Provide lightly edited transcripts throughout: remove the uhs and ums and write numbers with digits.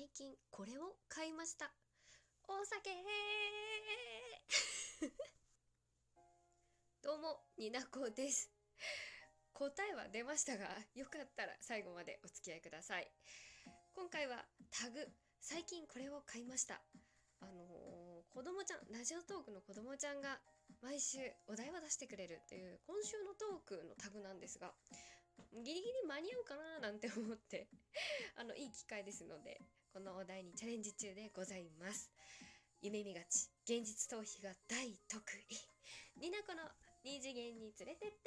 最近これを買いました。お酒どうも、になこです。答えは出ましたが、よかったら最後までお付き合いください。今回はタグ、最近これを買いました。子供ちゃん、ラジオトークの子供ちゃんが毎週お題を出してくれるという今週のトークのタグなんですが、ギリギリ間に合うかななんて思っていい機会ですので、このお題にチャレンジ中でございます。夢見がち、現実逃避が大得意。になこの二次元に連れてって。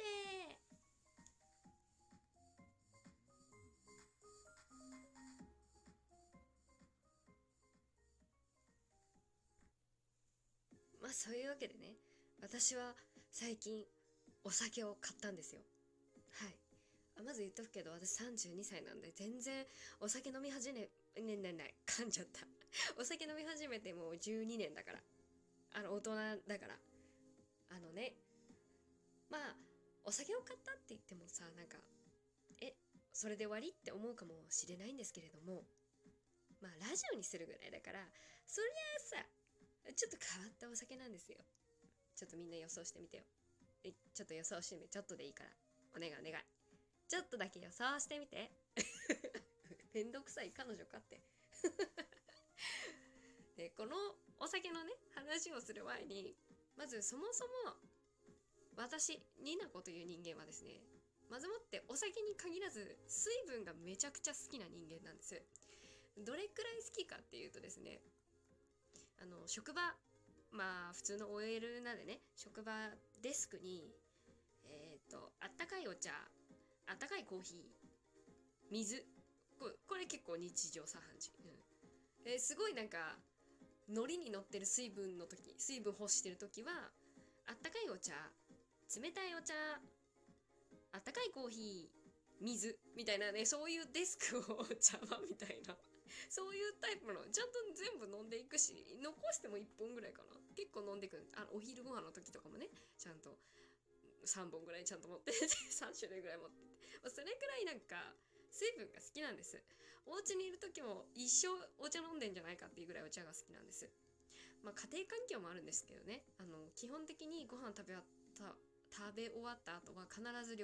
まあそういうわけでね、私は最近お酒を買ったんですよ。はい。まず言っとくけど、私32歳なんで全然お酒飲み始め、噛んじゃった。お酒飲み始めてもう12年だから。大人だから。あのね、まあ、お酒を買ったって言ってもさ、え、それで終わりって思うかもしれないんですけれども、まあ、ラジオにするぐらいだから、そりゃあさ、ちょっと変わったお酒なんですよ。ちょっとみんな予想してみてよ。ちょっと予想してみて、ちょっとでいいから。お願いお願い。ちょっとだけ予想してみて。めんどくさい彼女かって。で、このお酒のね、話をする前に、まずそもそも、私、ニナコという人間はですね、まずもってお酒に限らず、水分がめちゃくちゃ好きな人間なんです。どれくらい好きかっていうとですね、職場、まあ普通の OL なんでね、職場デスクにあったかいお茶、あったかいコーヒー、水、これ結構日常茶飯事、すごいノリに乗ってる水分欲してる時は、あったかいお茶、冷たいお茶、あったかいコーヒー、水みたいなね、そういうデスクを茶碗みたいな、そういうタイプのちゃんと全部飲んでいくし、残しても1本ぐらいかな、結構飲んでいく。お昼ご飯の時とかもね、ちゃんと3本ぐらいちゃんと持ってて3種類ぐらい持ってて、それくらい水分が好きなんです。お家にいる時も一生お茶飲んでんじゃないかっていうぐらいお茶が好きなんです。まあ家庭環境もあるんですけどね、基本的にご飯食べ終わった後は必ず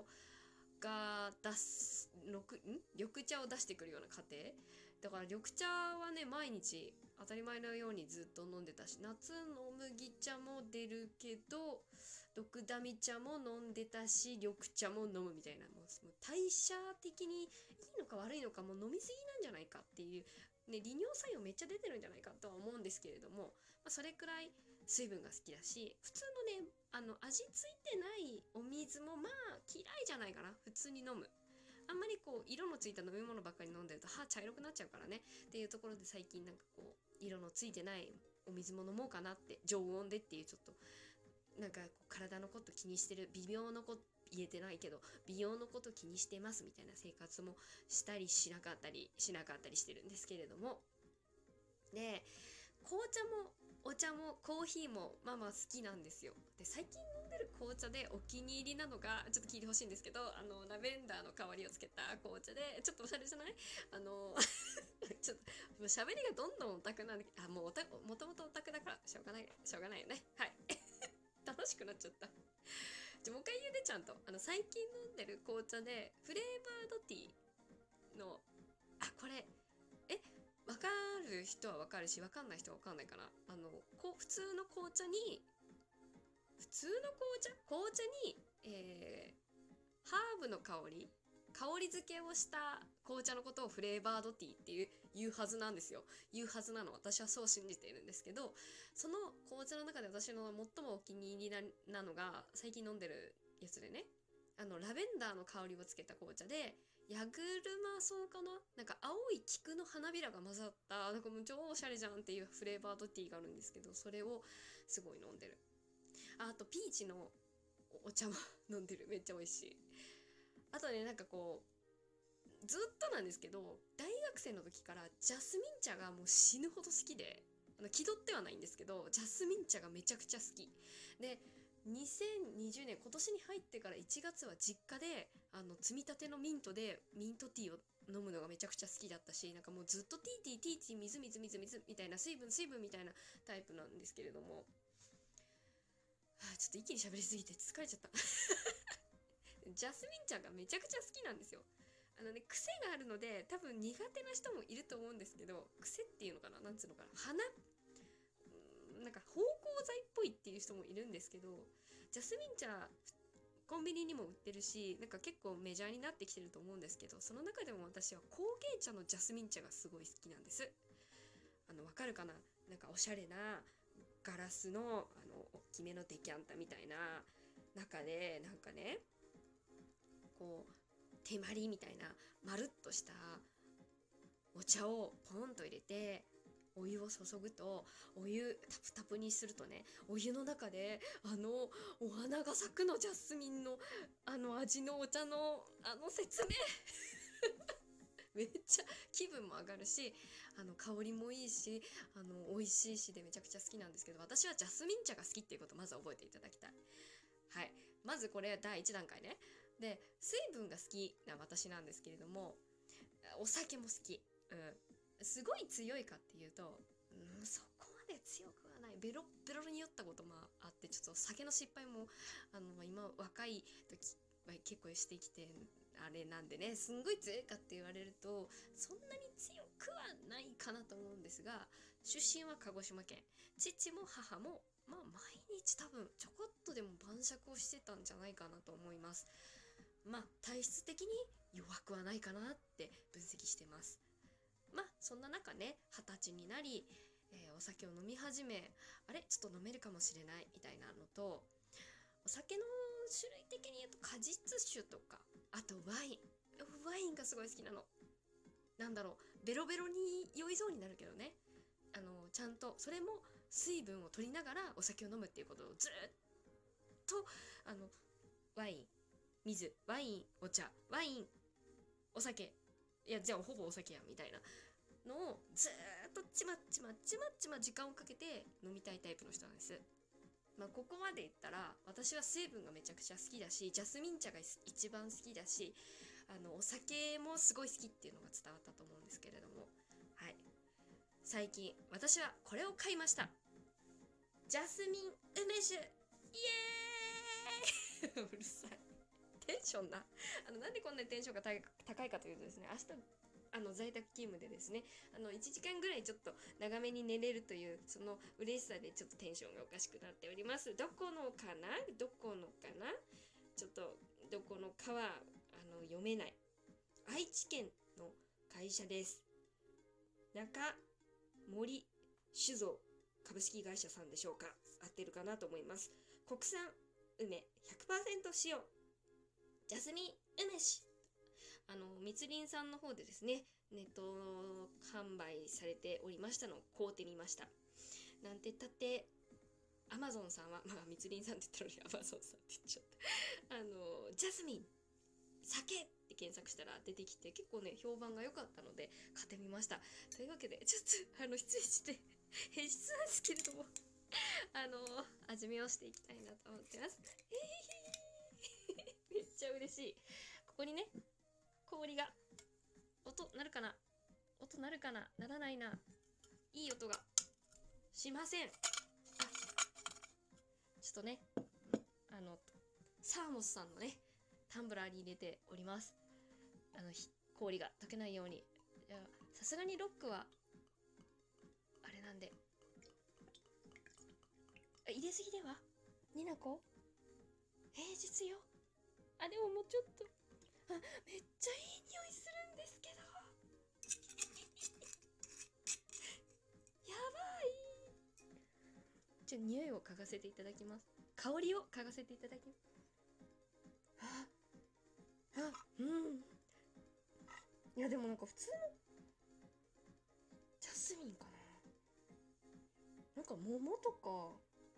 緑茶を出してくるような家庭だから、緑茶はね、毎日当たり前のようにずっと飲んでたし、夏の麦茶も出るけどドクダミ茶も飲んでたし、緑茶も飲むみたいな、もう代謝的にいいのか悪いのか、もう飲みすぎなんじゃないかっていうね、利尿作用めっちゃ出てるんじゃないかとは思うんですけれども、それくらい水分が好きだし、普通のね、味付いてないお水もまあ嫌いじゃないかな、普通に飲む。あんまり色のついた飲み物ばっかり飲んでると歯茶色くなっちゃうからねっていうところで、最近色のついてないお水も飲もうかなって、常温でっていう、ちょっと体のこと気にしてる、美容のこと言えてないけど美容のこと気にしてますみたいな生活もしたりしなかったりしてるんですけれども、で、紅茶もお茶もコーヒーもまあまあ好きなんですよ。で、最近飲んでる紅茶でお気に入りなのが、ちょっと聞いてほしいんですけど、ラベンダーの香りをつけた紅茶で、ちょっとおしゃれじゃない？ちょっと喋りがどんどんオタクなんだけど、もともとオタクだからしょうがないよね。はい。楽しくなっちゃった。もう一回言うね、ちゃんと。最近飲んでる紅茶でフレーバードティーの、これ、えわかる人はわかるし、わかんない人はわかんないかな。普通の紅茶に、紅茶に、ハーブの香り付けをした紅茶のことをフレーバードティーって言うはずなんですよ。言うはずなの。私はそう信じているんですけど、その紅茶の中で私の最もお気に入りなのが、最近飲んでるやつでね、ラベンダーの香りをつけた紅茶で、ヤグルマソウかな、青い菊の花びらが混ざった、もう超おしゃれじゃんっていうフレーバードティーがあるんですけど、それをすごい飲んでる。あとピーチのお茶も飲んでる。めっちゃ美味しい。あとね、ずっとなんですけど、大学生の時からジャスミン茶がもう死ぬほど好きで、気取ってはないんですけど、ジャスミン茶がめちゃくちゃ好きで、2020年今年に入ってから1月は実家で積み立てのミントでミントティーを飲むのがめちゃくちゃ好きだったし、なんかもうずっとティーティーティーティー水水水水みたいな、水分みたいなタイプなんですけれども、ちょっと一気に喋りすぎて疲れちゃったジャスミン茶がめちゃくちゃ好きなんですよ。癖があるので多分苦手な人もいると思うんですけど、癖っていうのかな、なんつうのかな、なんか芳香剤っぽいっていう人もいるんですけど、ジャスミン茶コンビニにも売ってるし、なんか結構メジャーになってきてると思うんですけど、その中でも私は工芸茶のジャスミン茶がすごい好きなんです。わかるかな、なんかおしゃれなガラスの大きめのデキャンタみたいな中で、なんかね、こう手まりみたいなまるっとしたお茶をポンと入れて、お湯を注ぐと、お湯タプタプにするとね、お湯の中でお花が咲くの、ジャスミンの味のお茶の説明めっちゃ気分も上がるし、香りもいいし、美味しいしでめちゃくちゃ好きなんですけど、私はジャスミン茶が好きっていうことをまず覚えていただきたい。はい、まずこれ第1段階ね。で、水分が好きな私なんですけれども、お酒も好き。すごい強いかっていうと、そこまで強くはない。ベロベロに酔ったこともあって、ちょっと酒の失敗も今若い時結構してきてあれなんでね、すんごい強いかって言われるとそんなに強くはないかなと思うんですが、出身は鹿児島県、父も母も毎日多分ちょこっとでも晩酌をしてたんじゃないかなと思います。体質的に弱くはないかなって分析してます。そんな中ね、20歳になり、お酒を飲み始め、あれちょっと飲めるかもしれないみたいなのと、お酒の種類的に言うと果実酒とか、あとワインがすごい好きなの。なんだろう、ベロベロに酔いそうになるけどね、ちゃんとそれも水分を取りながらお酒を飲むっていうことをずっとワイン水、ワインお茶、ワインお酒、いやじゃあほぼお酒やみたいなのをずっとちま時間をかけて飲みたいタイプの人なんです。ここまでいったら私は水分がめちゃくちゃ好きだし、ジャスミン茶が一番好きだし、お酒もすごい好きっていうのが伝わったと思うんですけれども、はい、最近私はこれを買いました。ジャスミン梅酒、イエーイうるさい、テンションなんでこんなにテンションが高いかというとですね、明日在宅勤務でですね、1時間ぐらいちょっと長めに寝れるというその嬉しさでちょっとテンションがおかしくなっております。どこのかなちょっとどこのかは読めない。愛知県の会社です。中森酒造株式会社さんでしょうか。合ってるかなと思います。国産梅 100% 使用ジャスミン梅酒、密林さんの方でですね、ネット販売されておりましたのを買うてみました。なんて言ったってアマゾンさんは、密林さんって言ったのにアマゾンさんって言っちゃったジャスミン酒って検索したら出てきて、結構ね評判が良かったので買ってみました。というわけでちょっと失礼して平日なんですけれども味見をしていきたいなと思ってます。めっちゃ嬉しい。ここにね、氷が音鳴るかなならないな、いい音がしません。ちょっとね、サーモスさんのねタンブラーに入れております。氷が溶けないように。さすがにロックはあれなんで、入れすぎではになこ平日よ。でももうちょっと、めっちゃいい匂いするんですけどやばい。匂いを嗅がせていただきます。香りを嗅がせていただきます。いやでもなんか普通のジャスミンかな、なんか桃とか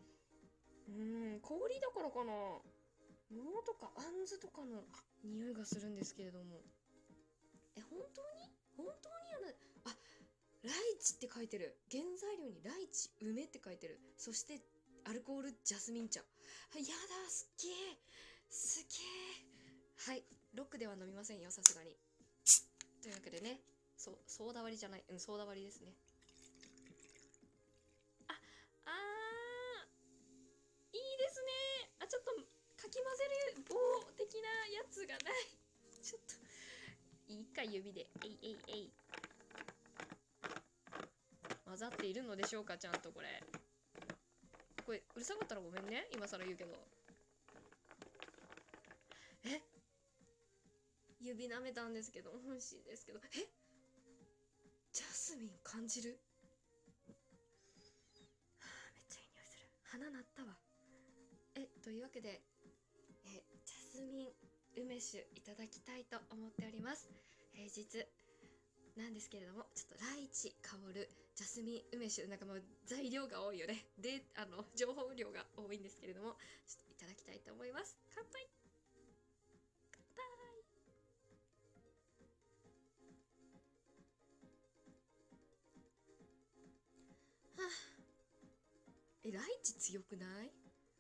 氷だからかな、桃とかあんずとかの匂いがするんですけれども、本当にライチって書いてる。原材料にライチ、梅って書いてる。そしてアルコールジャスミン茶。やだ、すっげえはい、ロックでは飲みませんよ、さすがに。 というわけでね、ソーダ割りじゃない、ソーダ割りですね。いいですね。ちょっとかき混ぜる棒的なやつがない。ちょっといいか、指でえいえいえい。混ざっているのでしょうか、ちゃんと。これうるさかったらごめんね、今更言うけど。指舐めたんですけど、美味しいですけど、ジャスミン感じる。めっちゃいい匂いする。鼻鳴ったわ。というわけで、ジャスミン梅酒いただきたいと思っております。平日なんですけれども、ちょっとライチ香るジャスミン梅酒、なんかもう材料が多いよね。で、情報量が多いんですけれども、ちょっといただきたいと思います。乾杯。はあ、ライチ強くない？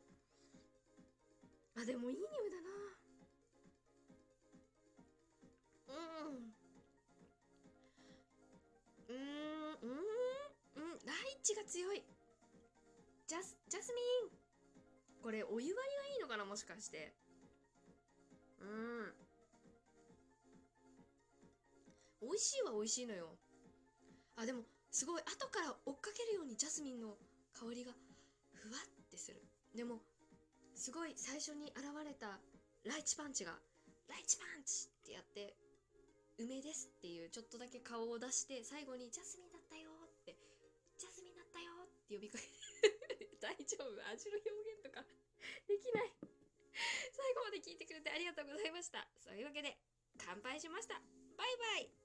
でもいい匂いだな。ライチが強い。ジャスミン、これお湯割りがいいのかな、もしかして。美味しいは美味しいのよ。でもすごい後から追っかけるようにジャスミンの香りがふわってする。でもすごい最初に現れたライチパンチが、ライチパンチってやって梅ですっていうちょっとだけ顔を出して、最後にジャスミンだったよって、ジャスミンだったよって呼びかける。大丈夫？味の表現とかできない。最後まで聞いてくれてありがとうございました。そういうわけで乾杯しました。バイバイ。